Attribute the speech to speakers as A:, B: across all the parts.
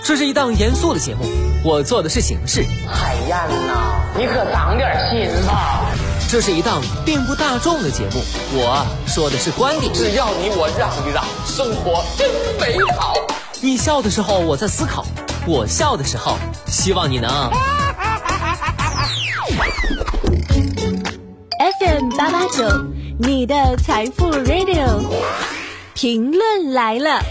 A: 这是一档严肃的节目，我做的是形式。
B: 海燕呐，你可长点心吧。
A: 这是一档并不大众的节目，我说的是观点。
B: 只要你我让一让，生活真美好。
A: 你笑的时候我在思考，我笑的时候希望你能
C: FM 889，你的财富 Radio， 评论来了。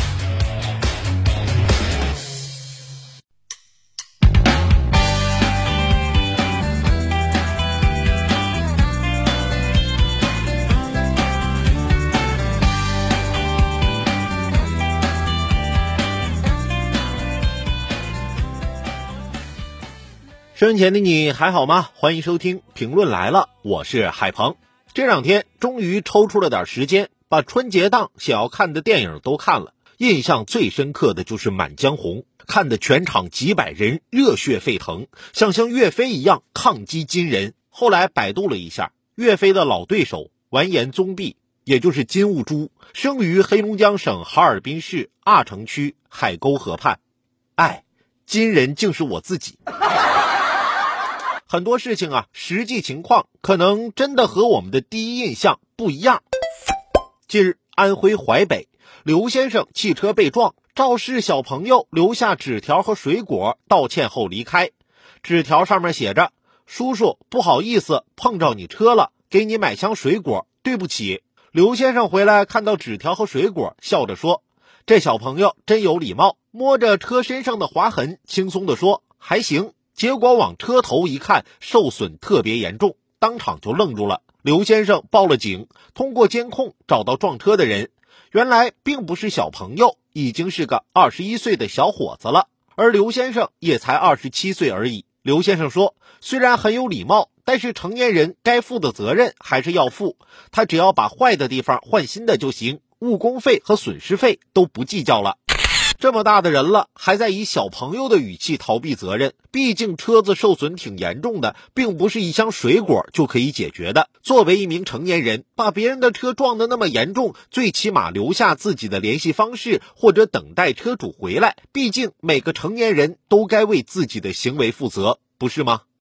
D: 生前的你还好吗？欢迎收听评论来了，我是海鹏。这两天终于抽出了点时间，把春节档想要看的电影都看了。印象最深刻的就是《满江红》，看得全场几百人热血沸腾，想像岳飞一样抗击金人。后来百度了一下，岳飞的老对手完颜宗弼，也就是金兀术，生于黑龙江省哈尔滨市阿城区海沟河畔。金人竟是我自己。很多事情啊，实际情况可能真的和我们的第一印象不一样。近日，安徽淮北，刘先生汽车被撞，肇事小朋友留下纸条和水果道歉后离开。纸条上面写着：叔叔，不好意思碰着你车了，给你买箱水果，对不起。刘先生回来看到纸条和水果，笑着说：这小朋友真有礼貌。摸着车身上的划痕，轻松地说：还行。结果往车头一看，受损特别严重，当场就愣住了。刘先生报了警，通过监控找到撞车的人，原来并不是小朋友，已经是个21岁的小伙子了，而刘先生也才27岁而已。刘先生说，虽然很有礼貌，但是成年人该负的责任还是要负，他只要把坏的地方换新的就行，误工费和损失费都不计较了。这么大的人了，还在以小朋友的语气逃避责任，毕竟车子受损挺严重的，并不是一箱水果就可以解决的。作为一名成年人，把别人的车撞得那么严重，最起码留下自己的联系方式，或者等待车主回来，毕竟每个成年人都该为自己的行为负责，不是吗？